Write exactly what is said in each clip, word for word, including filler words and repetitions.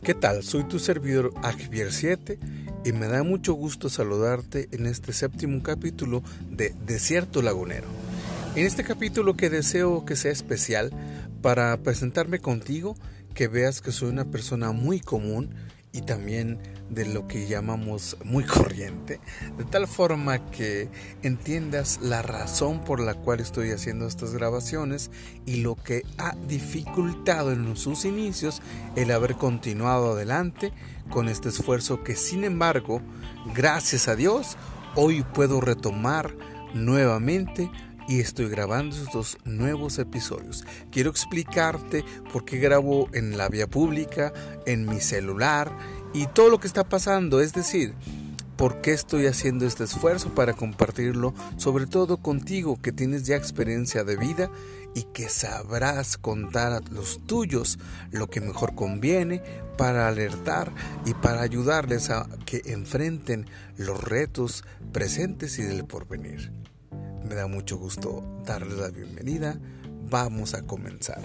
¿Qué tal? Soy tu servidor Ajvier siete y me da mucho gusto saludarte en este séptimo capítulo de Desierto Lagunero. En este capítulo que deseo que sea especial para presentarme contigo, que veas que soy una persona muy común y también de lo que llamamos muy corriente, de tal forma que entiendas la razón por la cual estoy haciendo estas grabaciones y lo que ha dificultado en sus inicios el haber continuado adelante con este esfuerzo que, sin embargo, gracias a Dios, hoy puedo retomar nuevamente y estoy grabando estos nuevos episodios. Quiero explicarte por qué grabo en la vía pública, en mi celular y todo lo que está pasando, es decir, por qué estoy haciendo este esfuerzo para compartirlo, sobre todo contigo que tienes ya experiencia de vida y que sabrás contar a los tuyos lo que mejor conviene para alertar y para ayudarles a que enfrenten los retos presentes y del porvenir. Me da mucho gusto darles la bienvenida. Vamos a comenzar.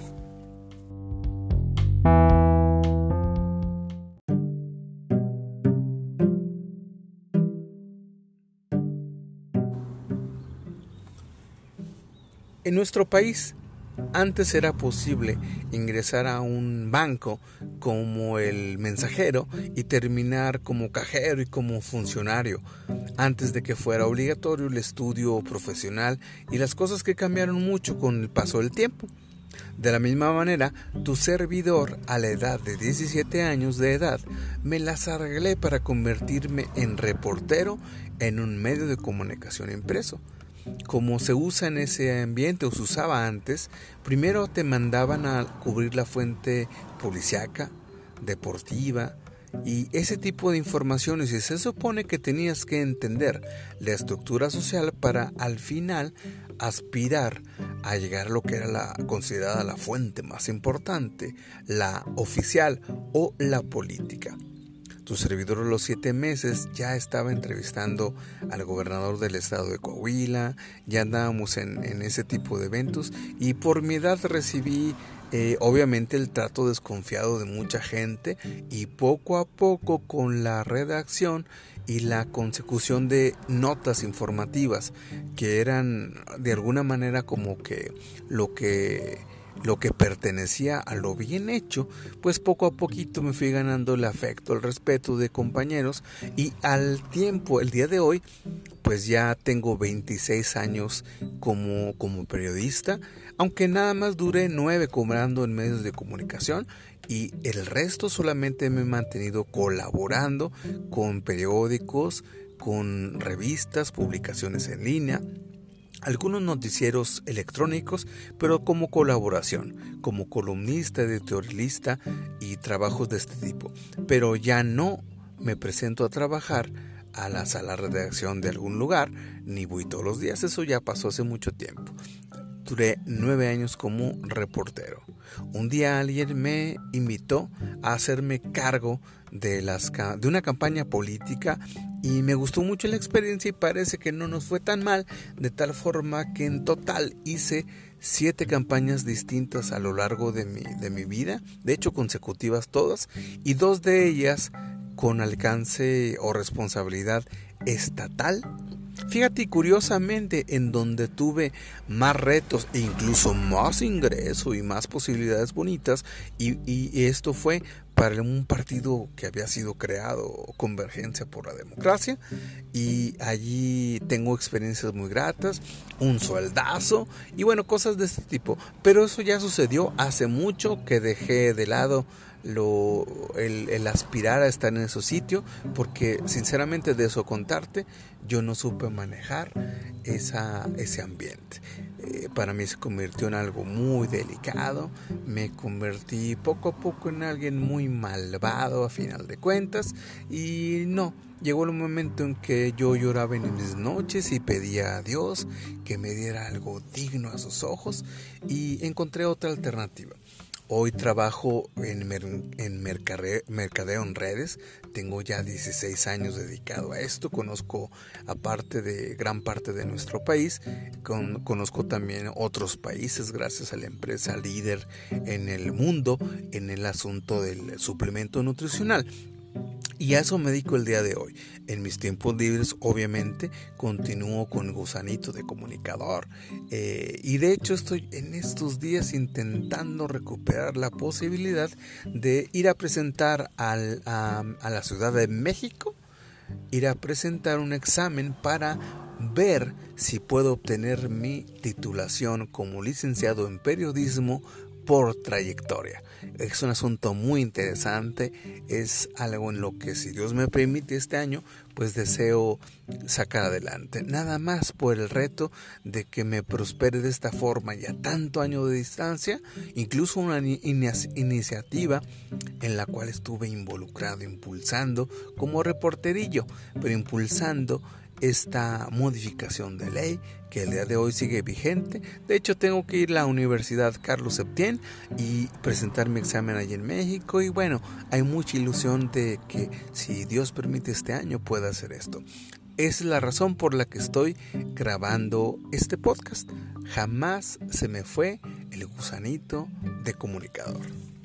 En nuestro país, antes era posible ingresar a un banco como el mensajero y terminar como cajero y como funcionario, antes de que fuera obligatorio el estudio profesional y las cosas que cambiaron mucho con el paso del tiempo. De la misma manera, tu servidor a la edad de diecisiete años de edad me las arreglé para convertirme en reportero en un medio de comunicación impreso. Como se usa en ese ambiente o se usaba antes, primero te mandaban a cubrir la fuente policíaca, deportiva y ese tipo de informaciones, y se supone que tenías que entender la estructura social para al final aspirar a llegar a lo que era la considerada la fuente más importante, la oficial o la política. Tu servidor a los siete meses ya estaba entrevistando al gobernador del estado de Coahuila, ya andábamos en, en ese tipo de eventos y por mi edad recibí eh, obviamente el trato desconfiado de mucha gente y poco a poco con la redacción y la consecución de notas informativas que eran de alguna manera como que lo que... lo que pertenecía a lo bien hecho, pues poco a poquito me fui ganando el afecto, el respeto de compañeros y al tiempo, el día de hoy, pues ya tengo veintiséis años como, como periodista, aunque nada más duré nueve cobrando en medios de comunicación y el resto solamente me he mantenido colaborando con periódicos, con revistas, publicaciones en línea, algunos noticieros electrónicos, pero como colaboración, como columnista, editorialista y trabajos de este tipo. Pero ya no me presento a trabajar a la sala de redacción de algún lugar, ni voy todos los días, eso ya pasó hace mucho tiempo. Duré nueve años como reportero. Un día alguien me invitó a hacerme cargo de, las, de una campaña política y me gustó mucho la experiencia y parece que no nos fue tan mal, de tal forma que en total hice siete campañas distintas a lo largo de mi, de mi vida, de hecho consecutivas todas, y dos de ellas con alcance o responsabilidad estatal. Fíjate, y curiosamente, en donde tuve más retos e incluso más ingreso y más posibilidades bonitas, y, y esto fue para un partido que había sido creado, Convergencia por la Democracia, y allí tengo experiencias muy gratas, un sueldazo y bueno, cosas de este tipo. Pero eso ya sucedió hace mucho que dejé de lado Lo, el, el aspirar a estar en ese sitio, porque sinceramente de eso contarte, yo no supe manejar esa, ese ambiente. Eh, para mí se convirtió en algo muy delicado, me convertí poco a poco en alguien muy malvado a final de cuentas y no, llegó el momento en que yo lloraba en mis noches y pedía a Dios que me diera algo digno a sus ojos y encontré otra alternativa. Hoy trabajo en, mer en mercadeo, mercadeo en redes. Tengo ya dieciséis años dedicado a esto. Conozco, aparte de gran parte de nuestro país, con, conozco también otros países gracias a la empresa líder en el mundo en el asunto del suplemento nutricional. Y a eso me dedico el día de hoy. En mis tiempos libres, obviamente, continúo con Gusanito de Comunicador. Eh, y de hecho estoy en estos días intentando recuperar la posibilidad de ir a presentar al, a, a la Ciudad de México, ir a presentar un examen para ver si puedo obtener mi titulación como licenciado en periodismo por trayectoria. Es un asunto muy interesante, es algo en lo que, si Dios me permite, este año pues deseo sacar adelante, nada más por el reto de que me prospere de esta forma y a tanto año de distancia, incluso una in- iniciativa en la cual estuve involucrado, impulsando como reporterillo, pero impulsando esta modificación de ley que el día de hoy sigue vigente. De hecho, tengo que ir a la Universidad Carlos Septién y presentar mi examen allí en México, y bueno, hay mucha ilusión de que, si Dios permite, este año pueda hacer esto. Esa es la razón por la que estoy grabando este podcast. Jamás se me fue el gusanito de comunicador.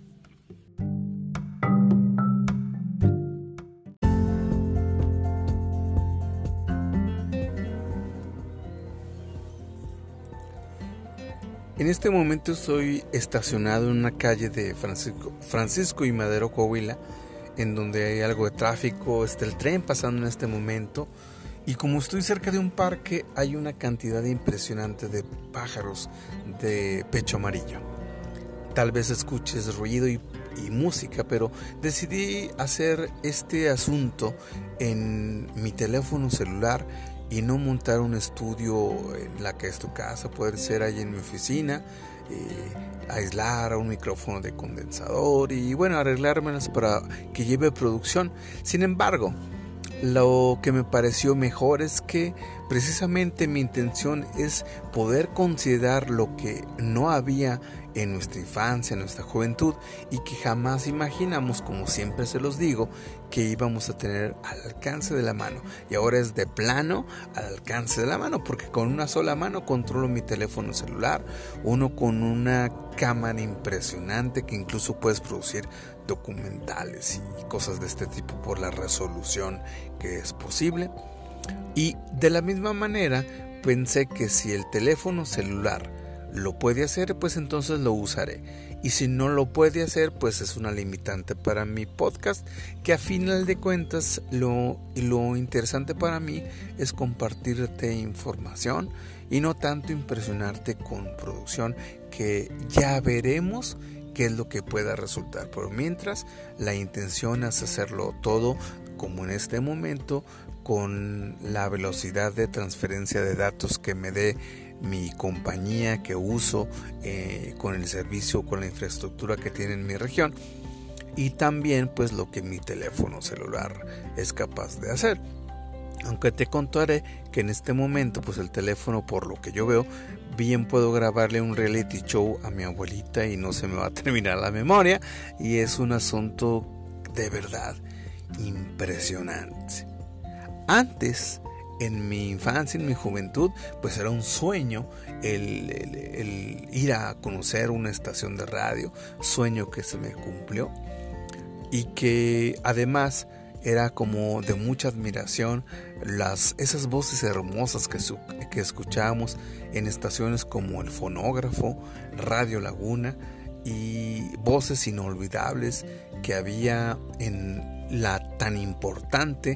En este momento estoy estacionado en una calle de Francisco, Francisco y Madero, Coahuila, en donde hay algo de tráfico, está el tren pasando en este momento, y como estoy cerca de un parque, hay una cantidad impresionante de pájaros de pecho amarillo. Tal vez escuches ruido y, y música, pero decidí hacer este asunto en mi teléfono celular y no montar un estudio en la que es tu casa. Puede ser ahí en mi oficina, eh, aislar un micrófono de condensador y bueno, arreglármelas para que lleve producción. Sin embargo, lo que me pareció mejor es que precisamente mi intención es poder considerar lo que no había en nuestra infancia, en nuestra juventud, y que jamás imaginamos, como siempre se los digo, que íbamos a tener al alcance de la mano. Y ahora es de plano al alcance de la mano, porque con una sola mano controlo mi teléfono celular, uno con una cámara impresionante que incluso puedes producir documentales y cosas de este tipo por la resolución que es posible. Y de la misma manera pensé que si el teléfono celular lo puede hacer, pues entonces lo usaré. Y si no lo puede hacer, pues es una limitante para mi podcast, que a final de cuentas lo, lo interesante para mí es compartirte información y no tanto impresionarte con producción, que ya veremos qué es lo que pueda resultar. Pero mientras, la intención es hacerlo todo como en este momento, con la velocidad de transferencia de datos que me dé mi compañía que uso, eh, con el servicio, con la infraestructura que tiene en mi región, y también pues lo que mi teléfono celular es capaz de hacer. Aunque te contaré que en este momento pues el teléfono, por lo que yo veo, bien puedo grabarle un reality show a mi abuelita y no se me va a terminar la memoria, y es un asunto de verdad impresionante. Antes, en mi infancia, en mi juventud, pues era un sueño el, el, el ir a conocer una estación de radio, sueño que se me cumplió y que además era como de mucha admiración las, esas voces hermosas que, su, que escuchábamos en estaciones como el Fonógrafo, Radio Laguna, y voces inolvidables que había en la tan importante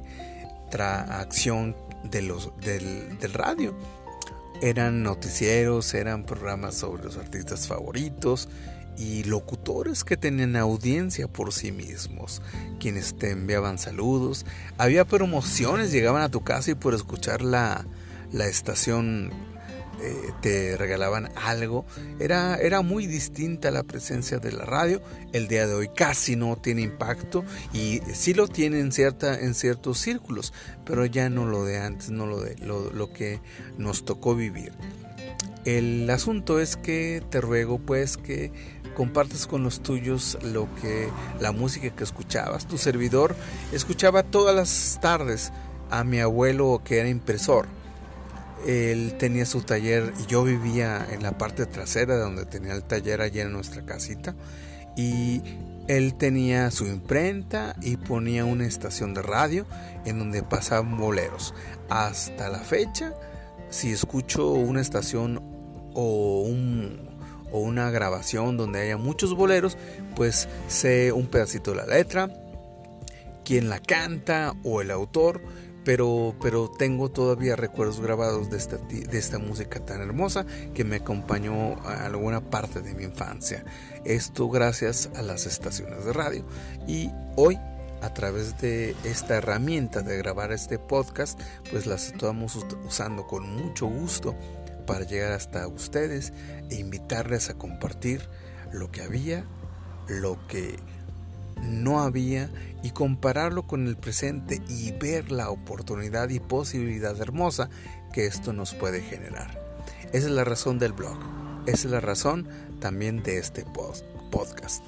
acción de los, del, del radio. Eran noticieros, eran programas sobre los artistas favoritos y locutores que tenían audiencia por sí mismos, quienes te enviaban saludos. Había promociones, llegaban a tu casa y por escuchar la, la estación eh, te regalaban algo. Era, era muy distinta la presencia de la radio. El día de hoy casi no tiene impacto, y sí lo tiene en, cierta, en ciertos círculos, pero ya no lo de antes, no lo, de, lo, lo que nos tocó vivir. El asunto es que te ruego pues que compartas con los tuyos lo que la música que escuchabas. Tu servidor escuchaba todas las tardes a mi abuelo, que era impresor. Él tenía su taller y yo vivía en la parte trasera, donde tenía el taller allí en nuestra casita, y él tenía su imprenta y ponía una estación de radio en donde pasaban boleros. Hasta la fecha, si escucho una estación o, un, o una grabación donde haya muchos boleros, pues sé un pedacito de la letra, quién la canta o el autor, pero, pero tengo todavía recuerdos grabados de esta, de esta música tan hermosa que me acompañó a alguna parte de mi infancia. Esto gracias a las estaciones de radio. Y hoy, a través de esta herramienta de grabar este podcast, pues las estamos usando con mucho gusto para llegar hasta ustedes e invitarles a compartir lo que había, lo que no había, y compararlo con el presente y ver la oportunidad y posibilidad hermosa que esto nos puede generar. Esa es la razón del blog, esa es la razón también de este podcast.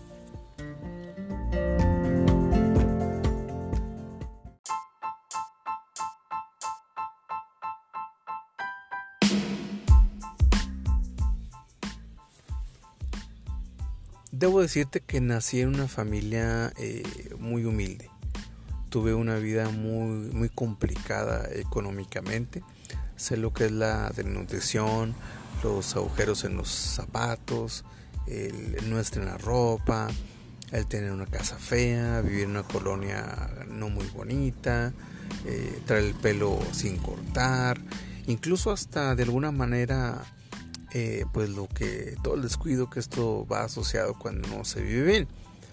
Debo decirte que nací en una familia eh, muy humilde. Tuve una vida muy, muy complicada económicamente. Sé lo que es la desnutrición, los agujeros en los zapatos, el, el no estrenar ropa, el tener una casa fea, vivir en una colonia no muy bonita, eh, traer el pelo sin cortar, incluso hasta de alguna manera Eh, pues lo que todo el descuido que esto va asociado cuando no se vive bien.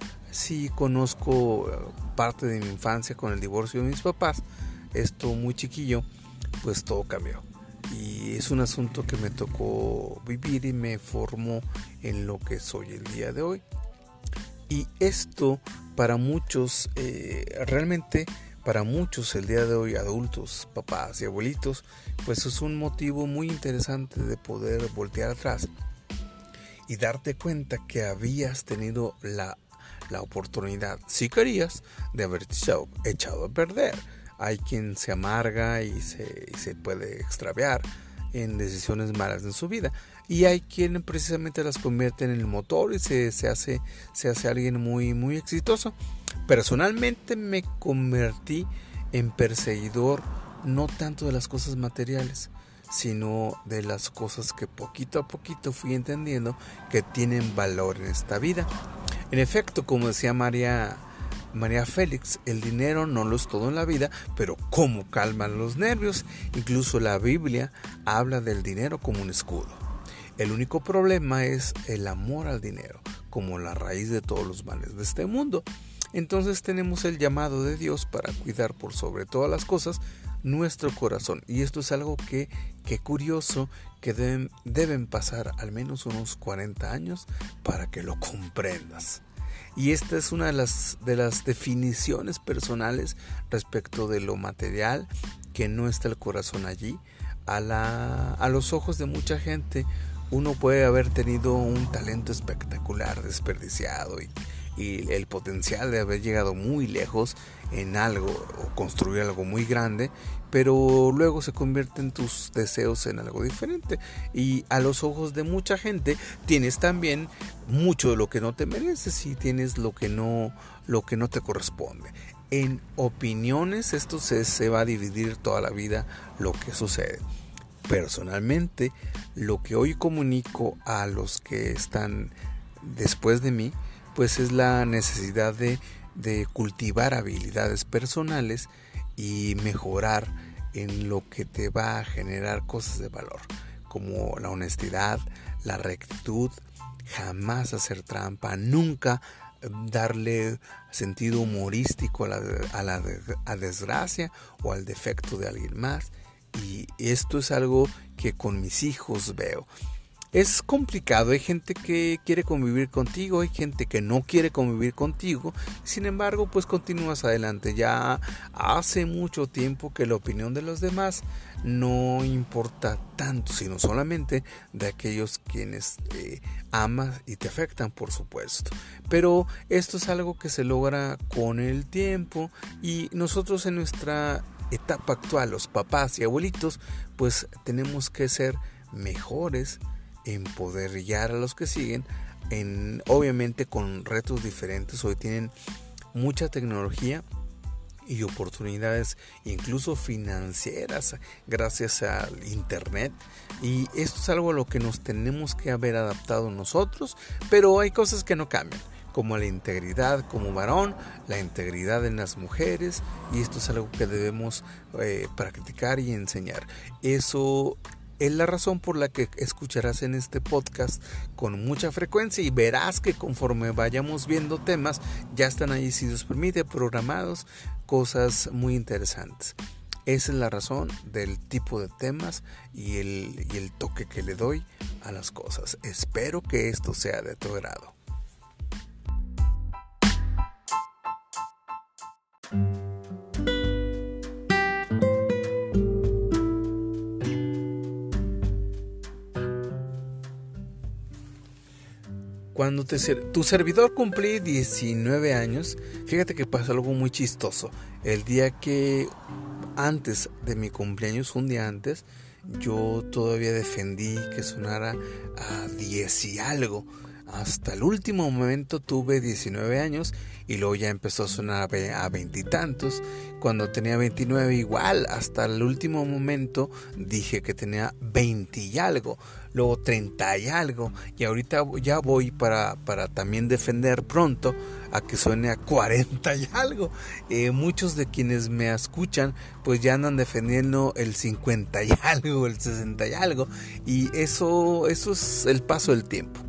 Sí conozco parte de mi infancia con el divorcio de mis papás. Esto muy chiquillo, pues todo cambió, y es un asunto que me tocó vivir y me formó en lo que soy el día de hoy. Y esto para muchos, eh, realmente para muchos el día de hoy, adultos, papás y abuelitos, pues es un motivo muy interesante de poder voltear atrás y darte cuenta que habías tenido la, la oportunidad, si querías, de haber echado, echado a perder. Hay quien se amarga y se, y se puede extraviar en decisiones malas en su vida, y hay quien precisamente las convierte en el motor y se, se, hace, se hace alguien muy, muy exitoso. Personalmente me convertí en perseguidor no tanto de las cosas materiales, sino de las cosas que poquito a poquito fui entendiendo que tienen valor en esta vida. En efecto, como decía María, María Félix, el dinero no lo es todo en la vida, pero cómo calman los nervios. Incluso la Biblia habla del dinero como un escudo. El único problema es el amor al dinero, como la raíz de todos los males de este mundo. Entonces tenemos el llamado de Dios para cuidar por sobre todas las cosas nuestro corazón. Y esto es algo que, que curioso, que deben, deben pasar al menos unos cuarenta años para que lo comprendas. Y esta es una de las, de las definiciones personales respecto de lo material, que no está el corazón allí. A, la, a los ojos de mucha gente, uno puede haber tenido un talento espectacular, desperdiciado, y, y el potencial de haber llegado muy lejos en algo o construir algo muy grande, pero luego se convierten tus deseos en algo diferente. Y a los ojos de mucha gente tienes también mucho de lo que no te mereces y tienes lo que no, lo que no te corresponde. En opiniones esto se, se va a dividir toda la vida lo que sucede. Personalmente, lo que hoy comunico a los que están después de mí, pues es la necesidad de, de cultivar habilidades personales y mejorar en lo que te va a generar cosas de valor, como la honestidad, la rectitud, jamás hacer trampa, nunca darle sentido humorístico a la, a la a desgracia o al defecto de alguien más. Y esto es algo que con mis hijos veo. es complicado, hay gente que quiere convivir contigo, hay gente que no quiere convivir contigo, sin embargo pues continúas adelante. Ya hace mucho tiempo que la opinión de los demás no importa tanto, sino solamente de aquellos quienes eh, amas y te afectan, por supuesto. Pero esto es algo que se logra con el tiempo, y nosotros en nuestra etapa actual, los papás y abuelitos, pues tenemos que ser mejores en poder guiar a los que siguen, en, obviamente con retos diferentes. Hoy tienen mucha tecnología y oportunidades incluso financieras gracias al internet, y esto es algo a lo que nos tenemos que haber adaptado nosotros, pero hay cosas que no cambian, como la integridad como varón, la integridad en las mujeres, y esto es algo que debemos eh, practicar y enseñar. Eso es la razón por la que escucharás en este podcast con mucha frecuencia, y verás que conforme vayamos viendo temas, ya están ahí, si Dios permite, programados cosas muy interesantes. Esa es la razón del tipo de temas y el, y el toque que le doy a las cosas. Espero que esto sea de tu agrado. Cuando te, tu servidor cumplí diecinueve años, fíjate que pasó algo muy chistoso. El día que antes de mi cumpleaños, un día antes, yo todavía defendí que sonara a diez y algo. Hasta el último momento tuve diecinueve años, y luego ya empezó a sonar a veintitantos. Cuando tenía veintinueve, igual, hasta el último momento dije que tenía veinte y algo, luego treinta y algo, y ahorita ya voy para, para también defender pronto a que suene a cuarenta y algo. Eh, muchos de quienes me escuchan pues ya andan defendiendo el cincuenta y algo, el sesenta y algo, y eso, eso es el paso del tiempo.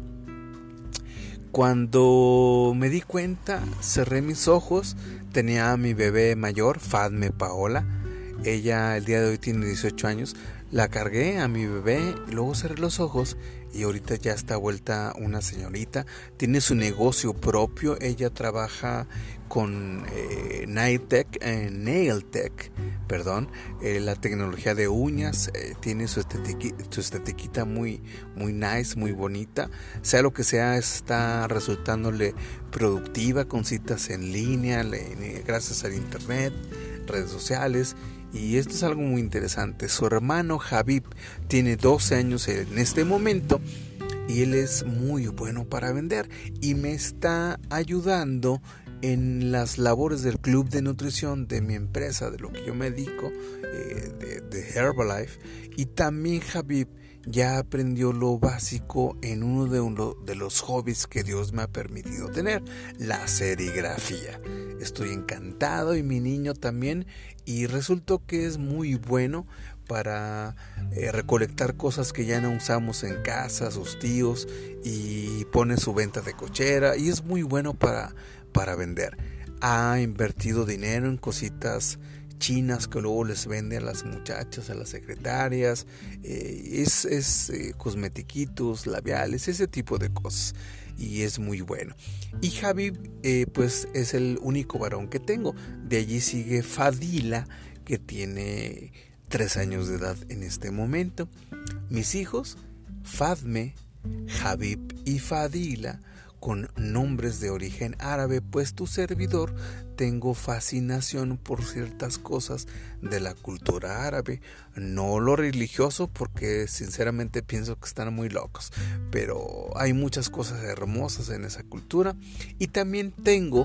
Cuando me di cuenta, cerré mis ojos, tenía a mi bebé mayor, Fadme Paola. Ella el día de hoy tiene dieciocho años. La cargué a mi bebé, y luego cerré los ojos, y ahorita ya está vuelta una señorita. Tiene su negocio propio. Ella trabaja con eh, Nailtech, eh, Nailtech, perdón, eh, la tecnología de uñas. Eh, tiene su estetiquita, su estetiquita muy, muy nice, muy bonita. Sea lo que sea, está resultándole productiva con citas en línea, le, gracias al internet, redes sociales. Y esto es algo muy interesante. Su hermano Habib tiene doce años en este momento, y él es muy bueno para vender, y me está ayudando en las labores del club de nutrición de mi empresa, de lo que yo me dedico, eh, de, de Herbalife. Y también Habib ya aprendió lo básico en uno de, uno de los hobbies que Dios me ha permitido tener, la serigrafía. Estoy encantado, y mi niño también, y resultó que es muy bueno para eh, recolectar cosas que ya no usamos en casa, sus tíos, y pone su venta de cochera, y es muy bueno para, para vender. Ha invertido dinero en cositas chinas que luego les vende a las muchachas, a las secretarias, eh, es, es eh, cosmetiquitos, labiales, ese tipo de cosas, y es muy bueno. Y Habib eh, pues es el único varón que tengo. De allí sigue Fadila, que tiene tres años de edad en este momento. Mis hijos, Fadme, Habib y Fadila, con nombres de origen árabe, pues tu servidor tengo fascinación por ciertas cosas de la cultura árabe, no lo religioso, porque sinceramente pienso que están muy locos, pero hay muchas cosas hermosas en esa cultura. Y también tengo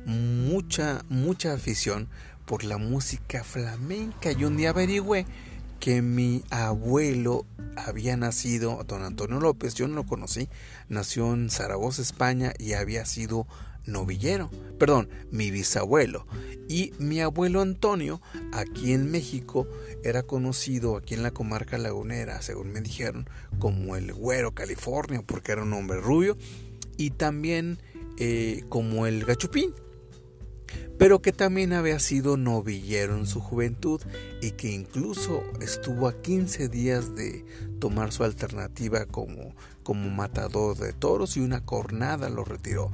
mucha, mucha afición por la música flamenca, y un día averigüé que mi abuelo había nacido, don Antonio López, yo no lo conocí, nació en Zaragoza, España, y había sido novillero, perdón, mi bisabuelo. Y mi abuelo Antonio, aquí en México, era conocido aquí en la comarca lagunera, según me dijeron, como el Güero California, porque era un hombre rubio, y también eh, como el Gachupín. pero que también había sido novillero en su juventud y que incluso estuvo a quince días de tomar su alternativa como, como matador de toros, y una cornada lo retiró.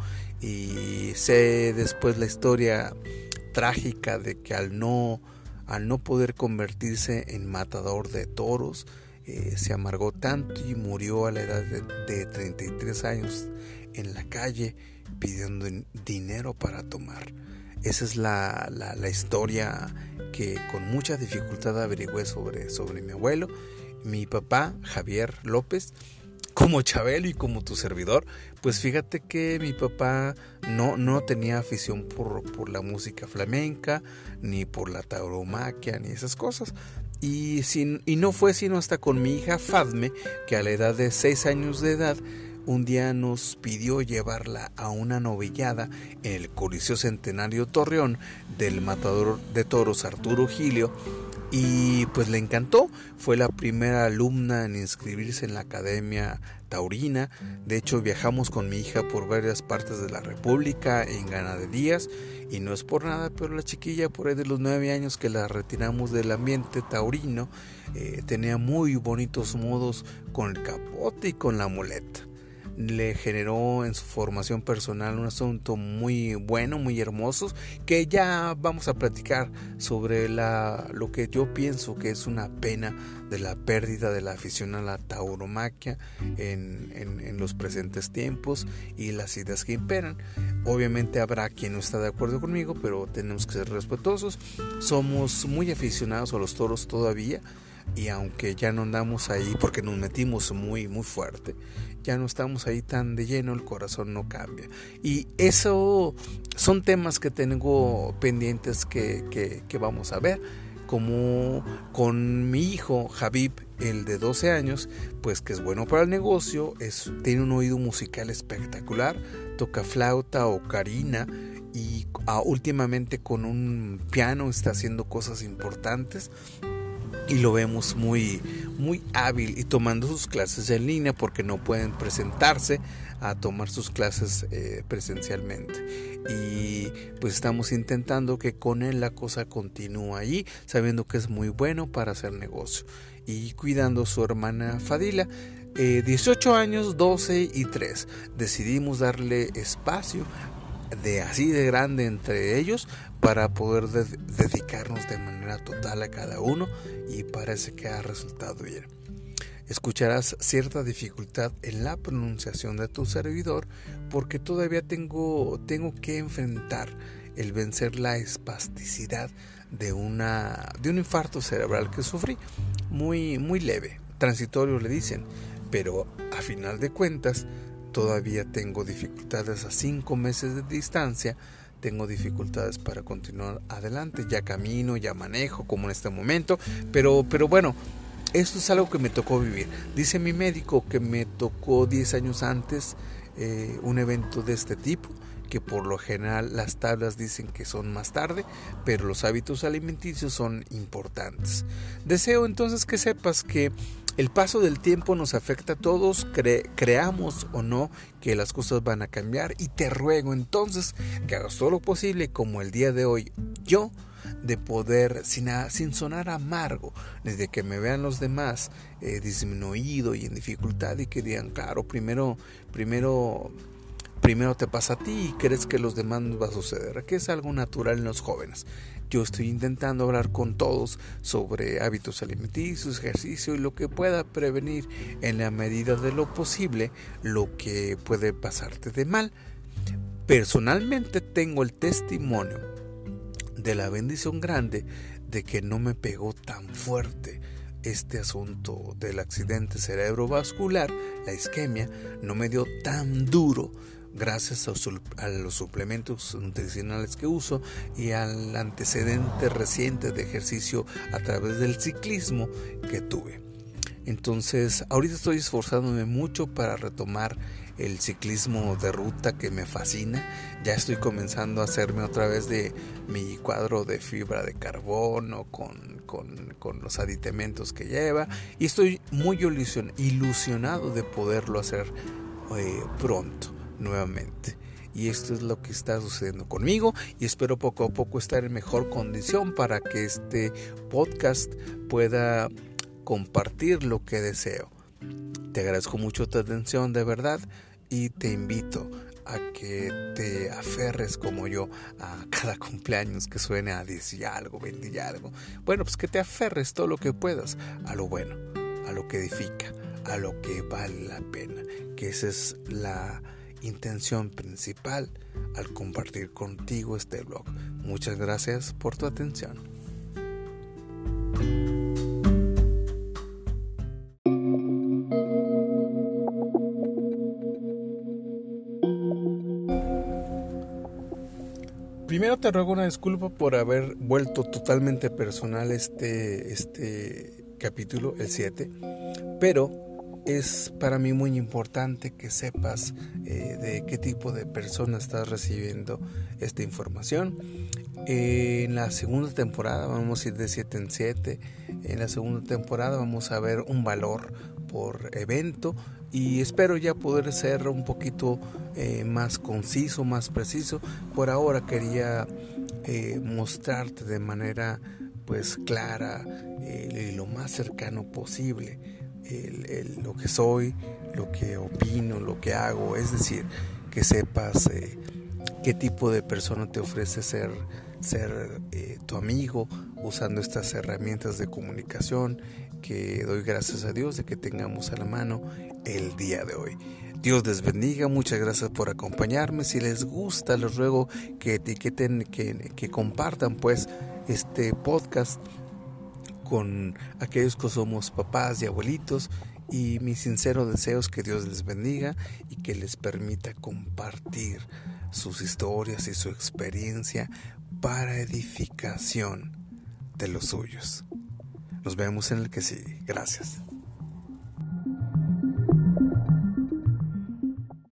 Y sé después la historia trágica de que al no, al no poder convertirse en matador de toros, eh, se amargó tanto y murió a la edad de, de treinta y tres años en la calle pidiendo dinero para tomar. Esa es la, la, la historia que con mucha dificultad averigüé sobre, sobre mi abuelo. Mi papá, Javier López, como Chabelo y como tu servidor, pues fíjate que mi papá no, no tenía afición por, por la música flamenca, ni por la tauromaquia, ni esas cosas. Y, sin, y no fue sino hasta con mi hija Fadme, que a la edad de seis años de edad, un día nos pidió llevarla a una novillada en el Coliseo Centenario Torreón del matador de toros Arturo Gilio, y pues le encantó. Fue la primera alumna en inscribirse en la Academia Taurina. De hecho, viajamos con mi hija por varias partes de la República en ganaderías, y no es por nada, pero la chiquilla, por ahí de los nueve años que la retiramos del ambiente taurino, eh, tenía muy bonitos modos con el capote y con la muleta. Le generó en su formación personal un asunto muy bueno, muy hermoso, que ya vamos a platicar sobre la, lo que yo pienso que es una pena de la pérdida de la afición a la tauromaquia en, en, en los presentes tiempos y las ideas que imperan. Obviamente habrá quien no está de acuerdo conmigo, pero tenemos que ser respetuosos. Somos muy aficionados a los toros todavía, y aunque ya no andamos ahí porque nos metimos muy muy fuerte, ya no estamos ahí tan de lleno, el corazón no cambia. Y eso son temas que tengo pendientes que, que, que vamos a ver, como con mi hijo Javib, el de doce años, pues que es bueno para el negocio, es, tiene un oído musical espectacular, toca flauta o ocarina, y ah, últimamente con un piano está haciendo cosas importantes. Y lo vemos muy, muy hábil y tomando sus clases en línea, porque no pueden presentarse a tomar sus clases eh, presencialmente. Y pues estamos intentando que con él la cosa continúe ahí, sabiendo que es muy bueno para hacer negocio. Y cuidando a su hermana Fadila, eh, dieciocho años, doce y tres. Decidimos darle espacio de así de grande entre ellos para poder de- dedicarnos de manera total a cada uno, y parece que ha resultado bien. Escucharás cierta dificultad en la pronunciación de tu servidor, porque todavía tengo, tengo que enfrentar el vencer la espasticidad de, una, de un infarto cerebral que sufrí, muy, muy leve, transitorio le dicen, pero a final de cuentas todavía tengo dificultades a cinco meses de distancia. Tengo dificultades para continuar adelante. Ya camino, ya manejo como en este momento, pero, pero bueno, esto es algo que me tocó vivir. Dice mi médico que me tocó diez años antes eh, un evento de este tipo, que por lo general las tablas dicen que son más tarde, pero los hábitos alimenticios son importantes. Deseo entonces que sepas que el paso del tiempo nos afecta a todos, cre- creamos o no que las cosas van a cambiar, y te ruego entonces que hagas todo lo posible, como el día de hoy yo, de poder, sin, a, sin sonar amargo, desde que me vean los demás eh, disminuido y en dificultad, y que digan, claro, primero, primero, primero te pasa a ti y crees que los demás nos va a suceder, que es algo natural en los jóvenes. Yo estoy intentando hablar con todos sobre hábitos alimenticios, ejercicio y lo que pueda prevenir en la medida de lo posible lo que puede pasarte de mal. Personalmente tengo el testimonio de la bendición grande de que no me pegó tan fuerte este asunto del accidente cerebrovascular, la isquemia, no me dio tan duro, gracias a, a los suplementos nutricionales que uso y al antecedente reciente de ejercicio a través del ciclismo que tuve. Entonces, ahorita estoy esforzándome mucho para retomar el ciclismo de ruta, que me fascina. Ya estoy comenzando a hacerme otra vez de mi cuadro de fibra de carbono con, con, con los aditamentos que lleva, y estoy muy ilusion, ilusionado de poderlo hacer eh, pronto nuevamente. y esto es lo que está sucediendo conmigo, y espero poco a poco estar en mejor condición para que este podcast pueda compartir lo que deseo. Te agradezco mucho tu atención, de verdad, y te invito a que te aferres como yo a cada cumpleaños que suene a diez y algo, veinte y algo. Bueno, pues que te aferres todo lo que puedas a lo bueno, a lo que edifica, a lo que vale la pena, que esa es la intención principal al compartir contigo este blog. Muchas gracias por tu atención. Primero te ruego una disculpa por haber vuelto totalmente personal este, este capítulo, el siete, pero es para mí muy importante que sepas eh, de qué tipo de persona estás recibiendo esta información. Eh, en la segunda temporada vamos a ir de siete en siete. En la segunda temporada vamos a ver un valor por evento y espero ya poder ser un poquito eh, más conciso, más preciso. Por ahora quería eh, mostrarte de manera pues clara eh, lo más cercano posible el, el, lo que soy, lo que opino, lo que hago, es decir, que sepas eh, qué tipo de persona te ofrece ser ser eh, tu amigo usando estas herramientas de comunicación que doy gracias a Dios de que tengamos a la mano el día de hoy. Dios les bendiga, muchas gracias por acompañarme. Si les gusta, les ruego que etiqueten, que, que compartan pues este podcast con aquellos que somos papás y abuelitos, y mi sincero deseo es que Dios les bendiga y que les permita compartir sus historias y su experiencia para edificación de los suyos. Nos vemos en el que sigue. Gracias.